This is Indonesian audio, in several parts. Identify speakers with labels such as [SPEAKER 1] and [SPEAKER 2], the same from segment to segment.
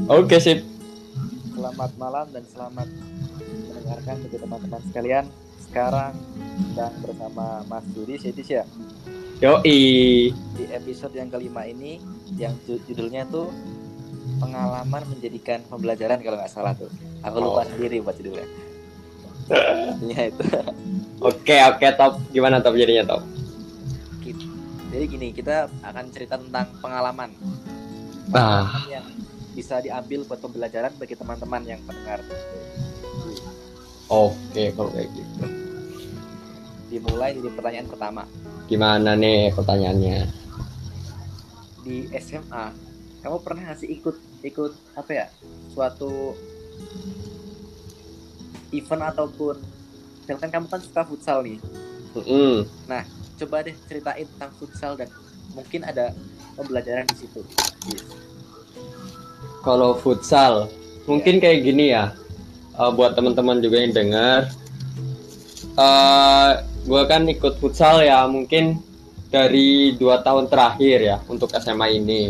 [SPEAKER 1] Oke, sip.
[SPEAKER 2] Selamat malam dan selamat mendengarkan bagi teman-teman sekalian. Sekarang sedang bersama Mas Yudi Sedis ya.
[SPEAKER 1] Yoi.
[SPEAKER 2] Di episode yang kelima ini, yang judulnya tuh pengalaman menjadikan pembelajaran kalau nggak salah tuh. Aku lupa sendiri buat judulnya. Ya itu.
[SPEAKER 1] Oke, top. Gimana top jadinya top?
[SPEAKER 2] Jadi gini, kita akan cerita tentang pengalaman yang bisa diambil buat pembelajaran bagi teman-teman yang mendengar.
[SPEAKER 1] Oke, kalau kayak gitu.
[SPEAKER 2] Dimulai dari pertanyaan pertama.
[SPEAKER 1] Gimana nih pertanyaannya?
[SPEAKER 2] Di SMA, kamu pernah nggak sih ikut apa ya? Suatu event ataupun misalkan kamu kan suka futsal nih. Nah, coba deh ceritain tentang futsal dan mungkin ada pembelajaran di situ. Yes.
[SPEAKER 1] Kalau futsal, mungkin kayak gini ya. Buat teman-teman juga yang dengar, gue kan ikut futsal ya, mungkin dari 2 tahun terakhir ya untuk SMA ini.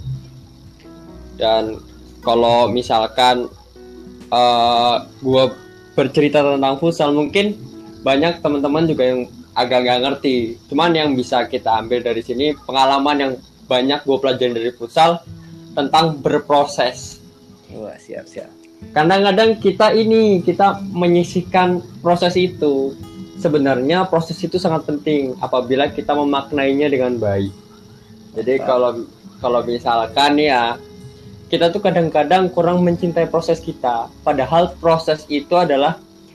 [SPEAKER 1] Dan kalau misalkan gue bercerita tentang futsal, mungkin banyak teman-teman juga yang agak nggak ngerti. Cuman yang bisa kita ambil dari sini, pengalaman yang banyak gue pelajarin dari futsal tentang berproses.
[SPEAKER 2] Wah, siap.
[SPEAKER 1] Kadang-kadang kita menyisihkan proses itu. Sebenarnya proses itu sangat penting apabila kita memaknainya dengan baik. Jadi kalau misalkan ya, kita tuh kadang-kadang kurang mencintai proses kita. Padahal proses itu adalah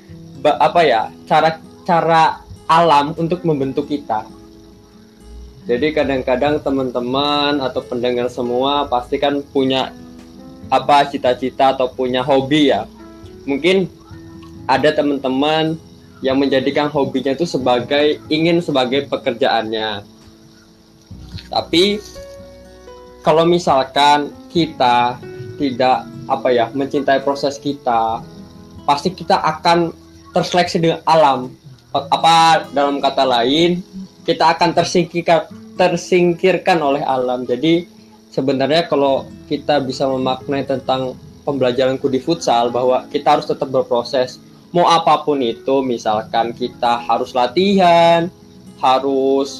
[SPEAKER 1] cara alam untuk membentuk kita. Jadi kadang-kadang teman-teman atau pendengar semua pasti kan punya cita-cita atau punya hobi ya. Mungkin ada teman-teman yang menjadikan hobinya itu sebagai pekerjaannya. Tapi kalau misalkan kita tidak mencintai proses kita, pasti kita akan terseleksi dengan alam. Dalam kata lain, kita akan tersingkirkan oleh alam. Jadi sebenarnya kalau kita bisa memaknai tentang pembelajaranku di futsal, bahwa kita harus tetap berproses. Mau apapun itu, misalkan kita harus latihan, harus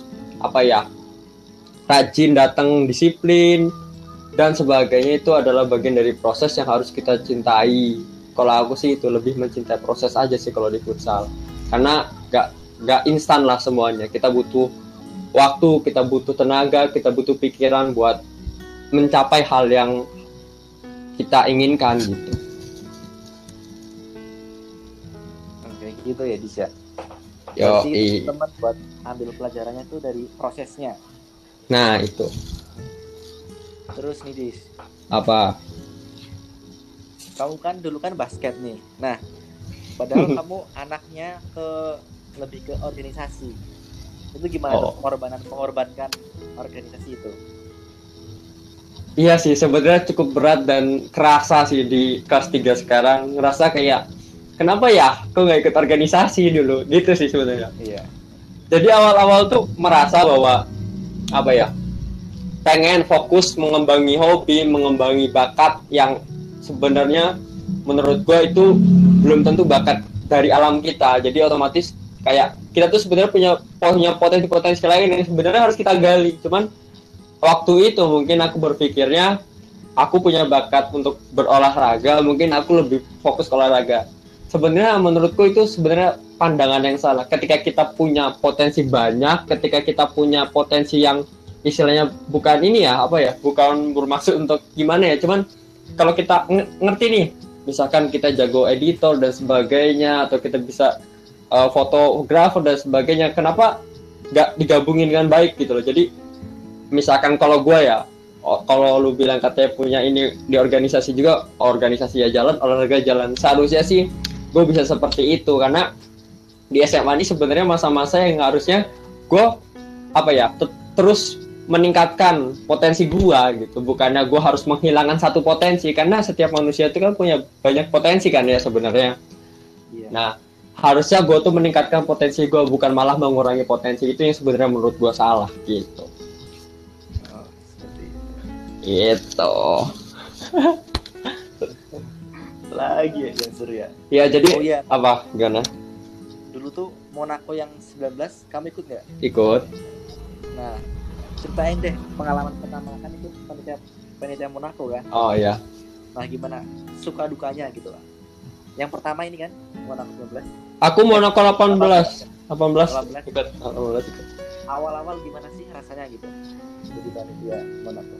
[SPEAKER 1] rajin datang, disiplin dan sebagainya, itu adalah bagian dari proses yang harus kita cintai. Kalau aku sih itu lebih mencintai proses aja sih kalau di futsal. Karena gak instan lah semuanya. Kita butuh waktu, kita butuh tenaga, kita butuh pikiran buat mencapai hal yang kita inginkan gitu.
[SPEAKER 2] Oke, gitu ya Disya.
[SPEAKER 1] Jadi
[SPEAKER 2] teman buat ambil pelajarannya tuh dari prosesnya.
[SPEAKER 1] Nah itu.
[SPEAKER 2] Terus nih Dis.
[SPEAKER 1] Apa?
[SPEAKER 2] Kamu kan dulu kan basket nih. Nah, padahal kamu anaknya lebih ke organisasi. Itu gimana mengorbankan organisasi itu?
[SPEAKER 1] Iya sih, sebenarnya cukup berat dan kerasa sih di kelas 3 sekarang. Ngerasa kayak, kenapa ya kok nggak ikut organisasi dulu? Gitu sih sebenarnya.
[SPEAKER 2] Iya.
[SPEAKER 1] Jadi awal-awal tuh merasa bahwa pengen fokus mengembangi hobi, mengembangi bakat yang sebenarnya menurut gue itu belum tentu bakat dari alam kita. Jadi otomatis kayak kita tuh sebenarnya punya potensi lain yang sebenarnya harus kita gali. Cuman waktu itu mungkin aku berpikirnya aku punya bakat untuk berolahraga, mungkin aku lebih fokus ke olahraga. Sebenarnya menurutku itu sebenarnya pandangan yang salah. Ketika kita punya potensi banyak, ketika kita punya potensi yang istilahnya bukan bukan bermaksud untuk gimana ya, cuman kalau kita ngerti nih, misalkan kita jago editor dan sebagainya, atau kita bisa fotografer dan sebagainya, kenapa nggak digabungin dengan baik gitu loh. Jadi misalkan kalau gue ya, kalau lu bilang katanya punya ini di organisasi juga, organisasi ya jalan, olahraga jalan. Seharusnya sih gue bisa seperti itu, karena di SMA ini sebenarnya masa-masa yang harusnya gue terus meningkatkan potensi gue gitu. Bukannya gue harus menghilangkan satu potensi, karena setiap manusia itu kan punya banyak potensi kan ya sebenarnya. Yeah. Nah, harusnya gue tuh meningkatkan potensi gue, bukan malah mengurangi potensi. Itu yang sebenarnya menurut gue salah gitu. Gitu.
[SPEAKER 2] lagi ya yang seru ya.
[SPEAKER 1] Ya jadi
[SPEAKER 2] Oh iya,
[SPEAKER 1] apa gimana?
[SPEAKER 2] dulu tuh Monaco yang 19 kamu ikut nggak?
[SPEAKER 1] Ikut.
[SPEAKER 2] Nah, ceritain deh pengalaman pertama kan ikut panitia Monaco kan.
[SPEAKER 1] Oh iya.
[SPEAKER 2] Nah, gimana suka dukanya gitu lah. Yang pertama ini kan Monaco 19.
[SPEAKER 1] Aku Monaco 18
[SPEAKER 2] 18.
[SPEAKER 1] ikut. 18 ikut.
[SPEAKER 2] Awal-awal gimana sih rasanya gitu jadi panitia Monaco?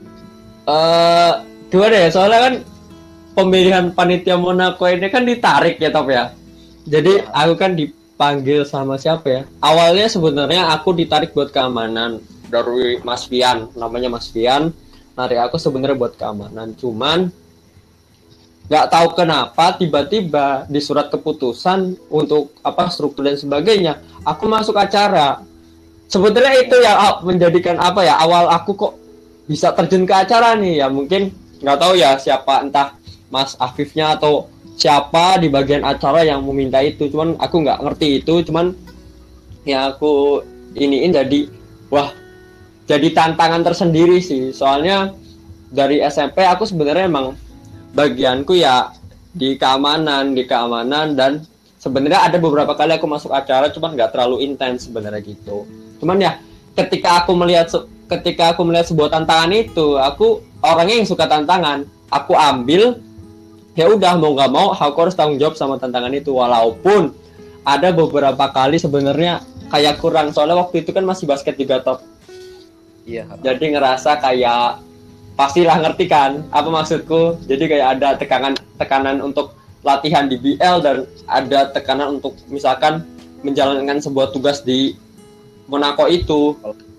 [SPEAKER 1] Gimana ya, soalnya kan pemilihan panitia Monaco ini kan ditarik ya Top ya. Jadi aku kan dipanggil sama siapa ya? Awalnya sebenarnya aku ditarik buat keamanan dari Mas Fian, namanya Mas Fian. Narik aku sebenarnya buat keamanan, cuman nggak tahu kenapa tiba-tiba di surat keputusan untuk apa struktur dan sebagainya, aku masuk acara. Sebenarnya itu yang menjadikan apa ya, awal aku kok bisa terjun ke acara nih ya, mungkin nggak tahu ya siapa, entah Mas Afifnya atau siapa di bagian acara yang meminta itu, cuman aku nggak ngerti itu, cuman ya aku iniin jadi wah, jadi tantangan tersendiri sih, soalnya dari SMP aku sebenarnya emang bagianku ya di keamanan dan sebenarnya ada beberapa kali aku masuk acara, cuman nggak terlalu intens sebenarnya gitu. Cuman ya ketika aku melihat sebuah tantangan itu, aku orangnya yang suka tantangan, aku ambil, ya udah mau nggak mau aku harus tanggung jawab sama tantangan itu, walaupun ada beberapa kali sebenarnya kayak kurang, soalnya waktu itu kan masih basket juga Top.
[SPEAKER 2] Iya.
[SPEAKER 1] Jadi ngerasa kayak pastilah ngerti kan apa maksudku, jadi kayak ada tekanan untuk latihan di BL dan ada tekanan untuk misalkan menjalankan sebuah tugas di Monaco itu.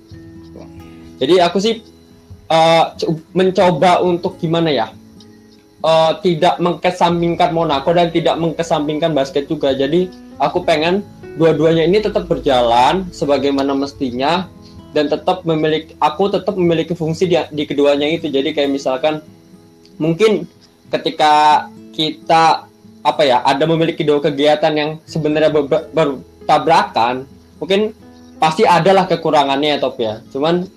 [SPEAKER 1] Jadi aku sih mencoba untuk gimana ya, tidak mengkesampingkan Monaco dan tidak mengkesampingkan basket juga. Jadi aku pengen dua-duanya ini tetap berjalan sebagaimana mestinya dan tetap memiliki fungsi di keduanya itu. Jadi kayak misalkan mungkin ketika kita apa ya, ada memiliki dua kegiatan yang sebenarnya bertabrakan, mungkin pasti adalah kekurangannya ya Top ya. Cuman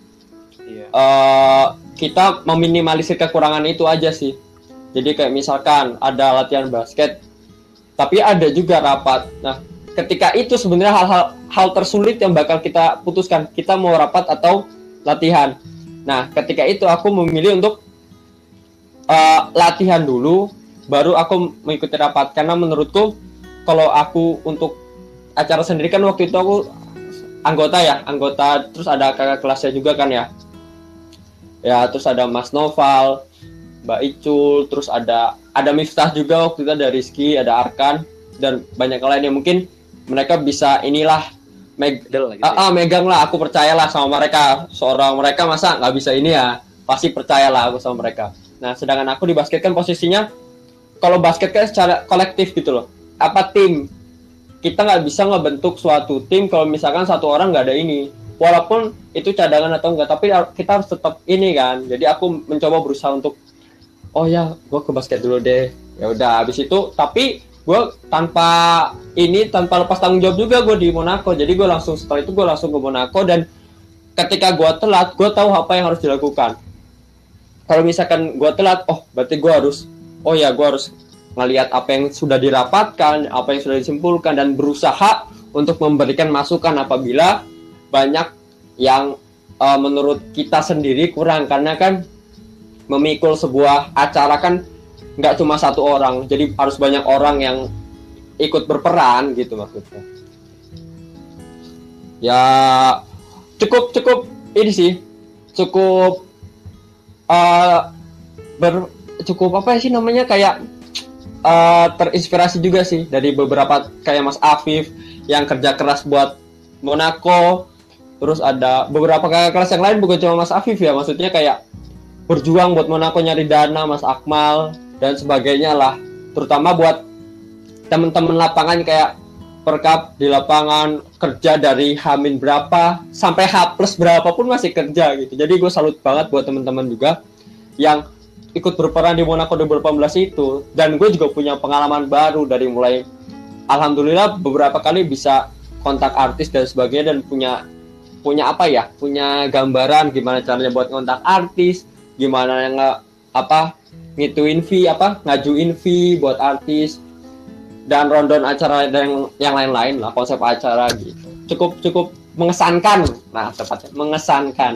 [SPEAKER 1] kita meminimalisir kekurangan itu aja sih. Jadi kayak misalkan ada latihan basket, tapi ada juga rapat. Nah, ketika itu sebenarnya hal tersulit yang bakal kita putuskan, kita mau rapat atau latihan. Nah, ketika itu aku memilih untuk latihan dulu, baru aku mengikuti rapat. Karena menurutku kalau aku untuk acara sendiri kan waktu itu aku anggota, terus ada kakak kelasnya juga kan ya. Ya, terus ada Mas Noval, Mbak Icul, terus ada Miftah juga waktu itu, ada Rizky, ada Arkan, dan banyak lainnya. Mungkin mereka bisa inilah megang lah, aku percayalah sama mereka. Seorang mereka masa nggak bisa ini ya, pasti percayalah aku sama mereka. Nah, sedangkan aku di basket kan posisinya, kalau basket kan secara kolektif gitu loh, apa tim, kita nggak bisa ngebentuk suatu tim kalau misalkan satu orang nggak ada ini, walaupun itu cadangan atau enggak, tapi kita harus tetap ini kan. Jadi aku mencoba berusaha untuk oh ya, gue ke basket dulu deh. Ya udah, habis itu tapi gue tanpa lepas tanggung jawab juga gue di Monaco. Jadi setelah itu gue langsung ke Monaco, dan ketika gue telat, gue tahu apa yang harus dilakukan. Kalau misalkan gue telat, berarti gue harus ngelihat apa yang sudah dirapatkan, apa yang sudah disimpulkan, dan berusaha untuk memberikan masukan apabila banyak yang menurut kita sendiri kurang. Karena kan memikul sebuah acara kan nggak cuma satu orang, jadi harus banyak orang yang ikut berperan gitu maksudnya. Ya cukup ini sih, cukup apa sih namanya, kayak terinspirasi juga sih dari beberapa kayak Mas Afif yang kerja keras buat Monaco. Terus ada beberapa kakak kelas yang lain, bukan cuma Mas Afif ya, maksudnya kayak berjuang buat Monaco nyari dana, Mas Akmal dan sebagainya lah. Terutama buat teman-teman lapangan kayak Perkap di lapangan kerja dari H- berapa sampai H+ berapa pun masih kerja gitu. Jadi gue salut banget buat teman-teman juga yang ikut berperan di Monaco 2018 itu. Dan gue juga punya pengalaman baru dari mulai, alhamdulillah beberapa kali bisa kontak artis dan sebagainya, dan punya apa ya, punya gambaran gimana caranya buat kontak artis, gimana ngituin fee ngajuin fee buat artis dan rundown acara dan yang lain-lain lah, konsep acara gitu. Cukup mengesankan. Nah, tepatnya mengesankan.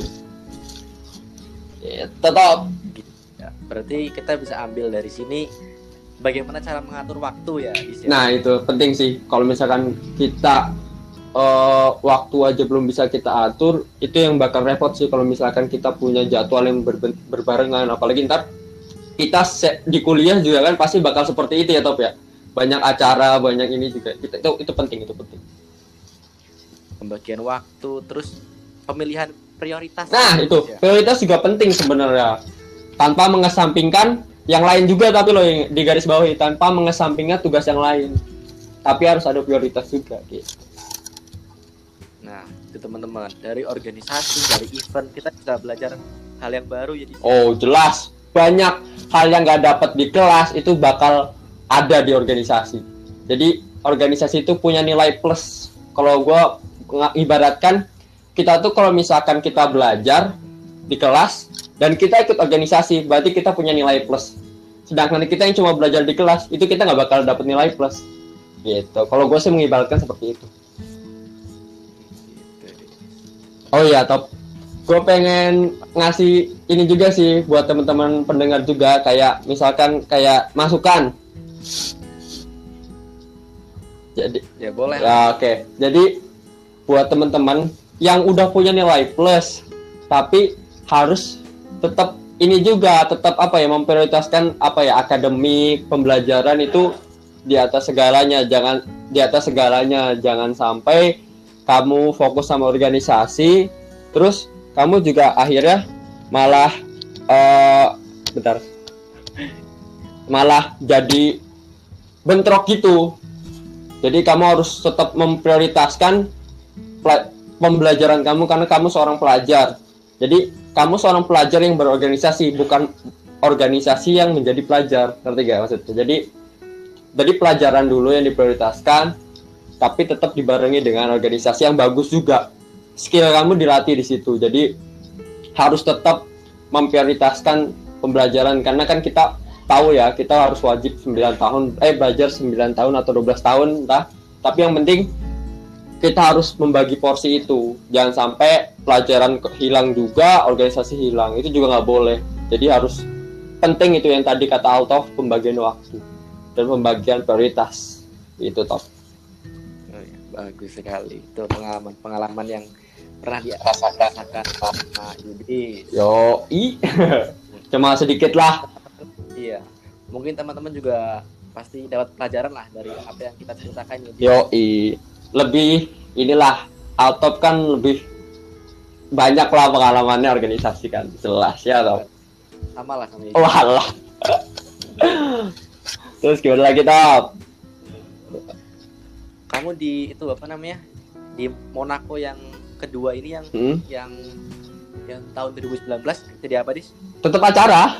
[SPEAKER 1] Tetap.
[SPEAKER 2] Ya, berarti kita bisa ambil dari sini bagaimana cara mengatur waktu ya.
[SPEAKER 1] Nah, itu penting sih. Kalau misalkan kita waktu aja belum bisa kita atur, itu yang bakal repot sih kalau misalkan kita punya jadwal yang berbarengan. Apalagi ntar kita di kuliah juga kan pasti bakal seperti itu ya Top ya. Banyak acara, banyak ini juga. Itu penting.
[SPEAKER 2] Pembagian waktu, terus pemilihan prioritas.
[SPEAKER 1] Nah, itu prioritas juga penting sebenarnya. Tanpa mengesampingkan yang lain juga, tapi loh yang di garis bawahi, tanpa mengesampingkan tugas yang lain. Tapi harus ada prioritas juga gitu.
[SPEAKER 2] Nah, itu teman-teman, dari organisasi, dari event kita bisa belajar hal yang baru ya.
[SPEAKER 1] Oh, jelas. Banyak hal yang nggak dapat di kelas itu bakal ada di organisasi. Jadi organisasi itu punya nilai plus. Kalau gue ibaratkan, kita tuh kalau misalkan kita belajar di kelas dan kita ikut organisasi, berarti kita punya nilai plus. Sedangkan kita yang cuma belajar di kelas, itu kita nggak bakal dapat nilai plus. Gitu. Kalau gue sih mengibaratkan seperti itu. Oh iya, Top. Gue pengen ngasih ini juga sih buat teman-teman pendengar juga, kayak misalkan kayak masukan. Jadi
[SPEAKER 2] ya boleh.
[SPEAKER 1] Ya oke. Jadi buat teman-teman yang udah punya nilai plus, tapi harus tetap ini juga, tetap memprioritaskan akademik, pembelajaran itu di atas segalanya. Jangan sampai kamu fokus sama organisasi, terus kamu juga akhirnya malah jadi bentrok gitu. Jadi kamu harus tetap memprioritaskan pembelajaran kamu karena kamu seorang pelajar. Jadi kamu seorang pelajar yang berorganisasi, bukan organisasi yang menjadi pelajar. Ngerti gak maksudnya? Jadi pelajaran dulu yang diprioritaskan, tapi tetap dibarengi dengan organisasi yang bagus juga. Skill kamu dilatih di situ. Jadi harus tetap memprioritaskan pembelajaran, karena kan kita tahu ya, kita harus wajib 9 tahun belajar 9 tahun atau 12 tahun entah. Tapi yang penting kita harus membagi porsi itu. Jangan sampai pelajaran hilang juga, organisasi hilang. Itu juga nggak boleh. Jadi harus penting itu yang tadi kata Altov, pembagian waktu dan pembagian prioritas. Itu Top.
[SPEAKER 2] Bagus sekali. Itu pengalaman yang pernah dirasakan Pak Yudi.
[SPEAKER 1] Cuma sedikit lah.
[SPEAKER 2] Iya. Mungkin teman-teman juga pasti dapat pelajaran lah dari apa yang kita ceritakan ini.
[SPEAKER 1] Lebih inilah Altop kan lebih banyak lah pengalamannya organisasi kan. Jelas ya Top.
[SPEAKER 2] Sama lah sama
[SPEAKER 1] Walah. Terus gimana lagi Top?
[SPEAKER 2] Kamu di itu di Monaco yang kedua ini yang tahun 2019 jadi apa Dis?
[SPEAKER 1] Tetap acara.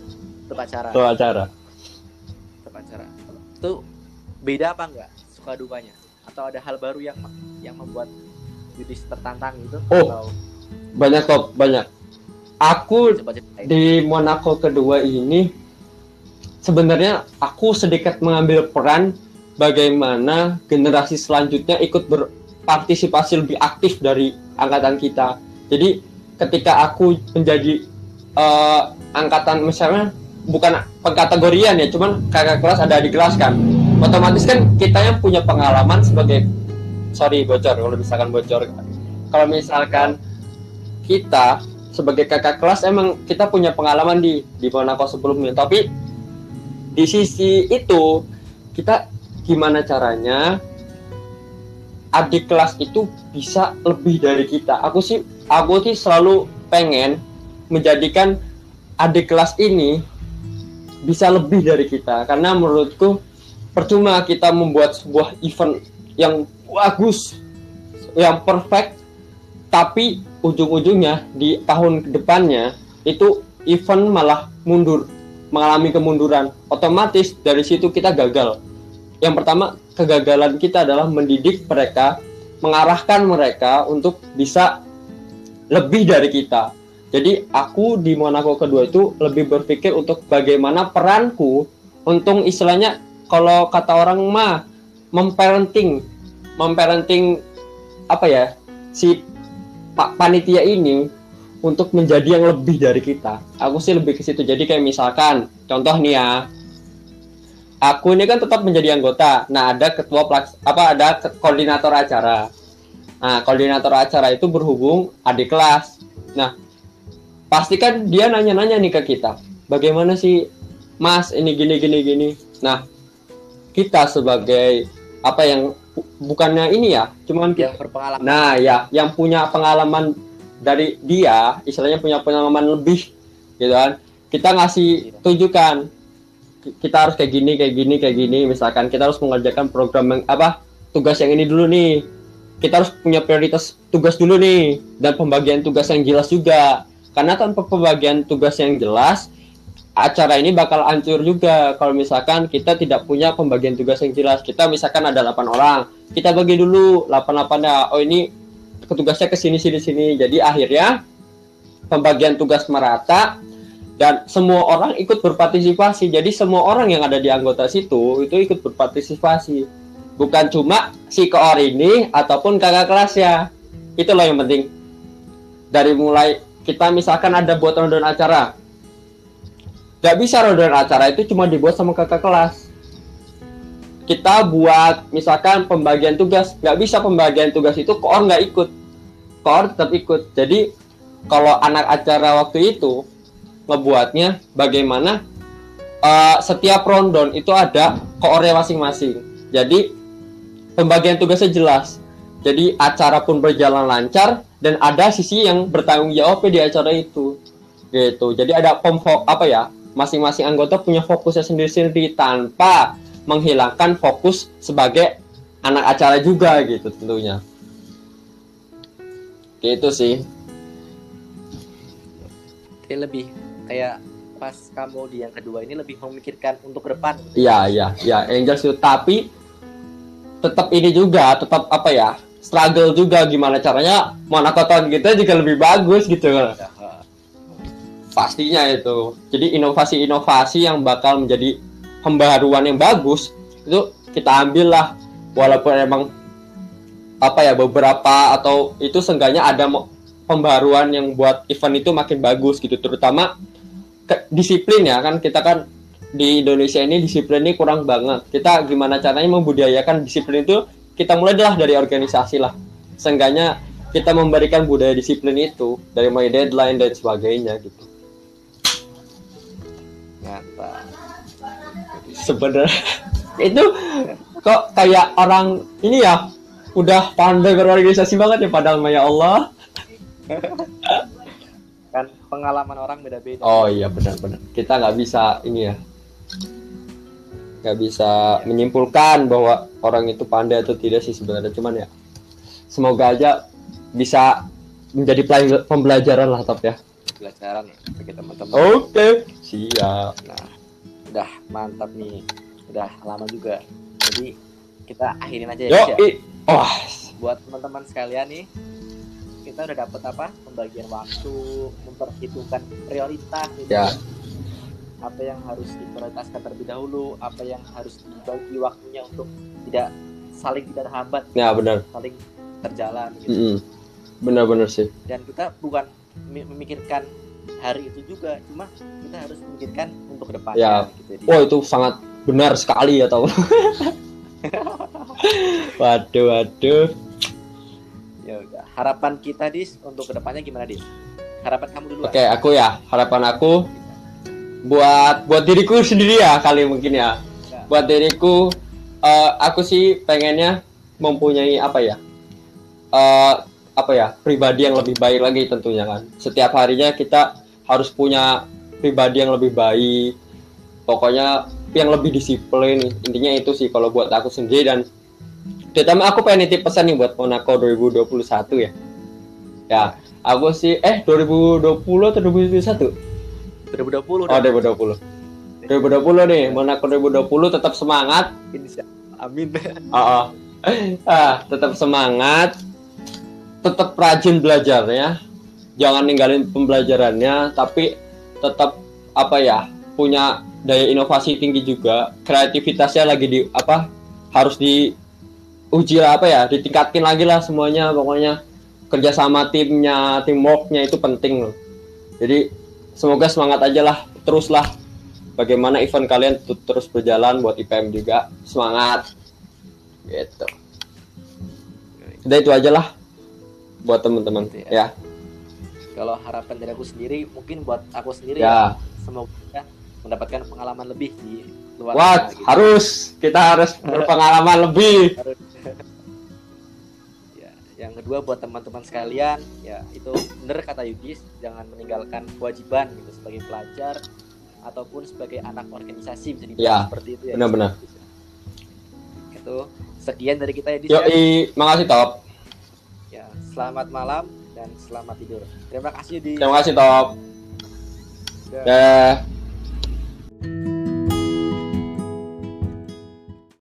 [SPEAKER 2] Itu beda apa enggak suka dukanya? Atau ada hal baru yang membuat Yudis tertantang gitu? Atau...
[SPEAKER 1] Banyak Top, banyak. Aku di Monaco kedua ini sebenarnya aku sedikit mengambil peran bagaimana generasi selanjutnya ikut berpartisipasi lebih aktif dari angkatan kita. Jadi ketika aku menjadi angkatan, misalnya bukan pengkategorian ya, cuman kakak kelas ada di kelas kan, otomatis kan kita yang punya pengalaman sebagai kalau misalkan kita sebagai kakak kelas emang kita punya pengalaman di Monaco sebelumnya, tapi di sisi itu kita gimana caranya adik kelas itu bisa lebih dari kita. Aku sih selalu pengen menjadikan adik kelas ini bisa lebih dari kita, karena menurutku percuma kita membuat sebuah event yang bagus, yang perfect, tapi ujung-ujungnya di tahun depannya itu event malah mundur, mengalami kemunduran. Otomatis dari situ kita gagal. Yang pertama, kegagalan kita adalah mendidik mereka, mengarahkan mereka untuk bisa lebih dari kita. Jadi aku di Monaco kedua itu lebih berpikir untuk bagaimana peranku untuk istilahnya kalau kata orang mah memparenting apa ya si panitia ini untuk menjadi yang lebih dari kita. Aku sih lebih ke situ. Jadi kayak misalkan contoh nih ya, aku ini kan tetap menjadi anggota. Nah, ada koordinator acara. Nah, koordinator acara itu berhubung adik kelas. Nah, pasti kan dia nanya-nanya nih ke kita. Bagaimana sih, Mas, ini gini. Nah, kita sebagai apa yang bukannya ini ya, cuman
[SPEAKER 2] yang berpengalaman.
[SPEAKER 1] Nah, ya, yang punya pengalaman dari dia, istilahnya punya pengalaman lebih gitu kan. Kita ngasih tunjukkan kita harus kayak gini, misalkan kita harus mengerjakan program yang tugas yang ini dulu nih, kita harus punya prioritas tugas dulu nih, dan pembagian tugas yang jelas juga, karena tanpa pembagian tugas yang jelas acara ini bakal hancur juga. Kalau misalkan kita tidak punya pembagian tugas yang jelas, kita misalkan ada 8 orang, kita bagi dulu 8-8-nya, oh ini tugasnya ke sini, jadi akhirnya pembagian tugas merata dan semua orang ikut berpartisipasi. Jadi semua orang yang ada di anggota situ itu ikut berpartisipasi, bukan cuma si koor ini ataupun kakak kelasnya. Itulah yang penting. Dari mulai kita misalkan ada buat rundown acara, gak bisa rundown acara itu cuma dibuat sama kakak kelas. Kita buat misalkan pembagian tugas, gak bisa pembagian tugas itu koor gak ikut, koor tetap ikut. Jadi kalau anak acara waktu itu ngebuatnya bagaimana setiap rundown itu ada koornya masing-masing. Jadi pembagian tugasnya jelas. Jadi acara pun berjalan lancar dan ada sisi yang bertanggung jawab di acara itu. Gitu. Jadi ada masing-masing anggota punya fokusnya sendiri-sendiri tanpa menghilangkan fokus sebagai anak acara juga gitu tentunya. Gitu sih.
[SPEAKER 2] Oke, lebih kayak pas kamu di yang kedua ini lebih memikirkan untuk ke depan.
[SPEAKER 1] Iya, Angel sih, tapi tetap ini juga, struggle juga gimana caranya Monaco tahun kita juga lebih bagus gitu kan. Pastinya itu. Jadi inovasi-inovasi yang bakal menjadi pembaharuan yang bagus itu kita ambil lah, walaupun emang beberapa atau itu seenggaknya ada pembaruan yang buat event itu makin bagus gitu, terutama disiplin ya kan. Kita kan di Indonesia ini disiplin ini kurang banget. Kita gimana caranya membudayakan disiplin itu, kita mulai dari organisasi lah. Seenggaknya kita memberikan budaya disiplin itu dari mulai deadline dan sebagainya gitu.
[SPEAKER 2] Mantap.
[SPEAKER 1] Sebenarnya itu kok kayak orang ini ya udah pandai berorganisasi banget ya, padahal ya Allah.
[SPEAKER 2] Kan pengalaman orang beda-beda.
[SPEAKER 1] Oh iya, benar-benar. Kita nggak bisa ini ya, nggak bisa menyimpulkan bahwa orang itu pandai atau tidak sih sebenarnya. Cuman ya semoga aja bisa menjadi pembelajaran lah, Top ya.
[SPEAKER 2] Pembelajaran ya bagi teman-teman.
[SPEAKER 1] Oke, siap.
[SPEAKER 2] Nah, udah mantap nih. Udah lama juga. Jadi kita akhirin aja ya. Buat teman-teman sekalian nih, kita udah dapat pembagian waktu, memperhitungkan prioritas gitu.
[SPEAKER 1] Ya.
[SPEAKER 2] Apa yang harus diprioritaskan terlebih dahulu, apa yang harus dibagi waktunya untuk tidak saling tidak terhambat.
[SPEAKER 1] Ya, benar.
[SPEAKER 2] Saling terjalan gitu.
[SPEAKER 1] Benar-benar sih.
[SPEAKER 2] Dan kita bukan memikirkan hari itu juga, cuma kita harus memikirkan untuk depannya.
[SPEAKER 1] Ya.
[SPEAKER 2] Gitu.
[SPEAKER 1] Itu sangat benar sekali ya, tahu. Waduh.
[SPEAKER 2] Ya udah. Harapan kita Dis untuk kedepannya gimana Dis? Harapan kamu dulu.
[SPEAKER 1] Oke, aku ya. Harapan aku buat diriku sendiri ya kali mungkin ya. Buat diriku, aku sih pengennya mempunyai pribadi yang lebih baik lagi tentunya kan. Setiap harinya kita harus punya pribadi yang lebih baik. Pokoknya yang lebih disiplin. Intinya itu sih kalau buat aku sendiri. Dan terutama aku pengen nitip pesan nih buat Monaco 2021 ya. Ya, aku sih 2020 atau 2021?
[SPEAKER 2] 2020.
[SPEAKER 1] Oh, 2020. 2020 nih, Monaco 2020 tetap semangat.
[SPEAKER 2] Amin.
[SPEAKER 1] Tetap semangat. Tetap rajin belajarnya. jangan ninggalin pembelajarannya, tapi tetap apa ya, punya daya inovasi tinggi juga, kreativitasnya lagi harus diuji lah, ditingkatin lagi lah semuanya. Pokoknya kerjasama timnya, teamworknya itu penting loh. Jadi semoga semangat aja lah, teruslah. Bagaimana event kalian terus berjalan, buat IPM juga semangat gitu. Udah itu aja lah buat teman-teman ya.
[SPEAKER 2] Kalau harapan dari aku sendiri, mungkin buat aku sendiri
[SPEAKER 1] ya,
[SPEAKER 2] semoga mendapatkan pengalaman lebih di luar
[SPEAKER 1] sana, gitu. Kita harus berpengalaman lebih.
[SPEAKER 2] Ya, yang kedua buat teman-teman sekalian, ya itu bener kata Yudis, jangan meninggalkan kewajiban gitu sebagai pelajar ataupun sebagai anak organisasi, bisa dibilang seperti itu ya.
[SPEAKER 1] Benar-benar.
[SPEAKER 2] Itu sekian dari kita ya, Dis.
[SPEAKER 1] Makasih Top.
[SPEAKER 2] Ya, selamat malam dan selamat tidur. Terima kasih, Dis.
[SPEAKER 1] Terima kasih Top. Ya.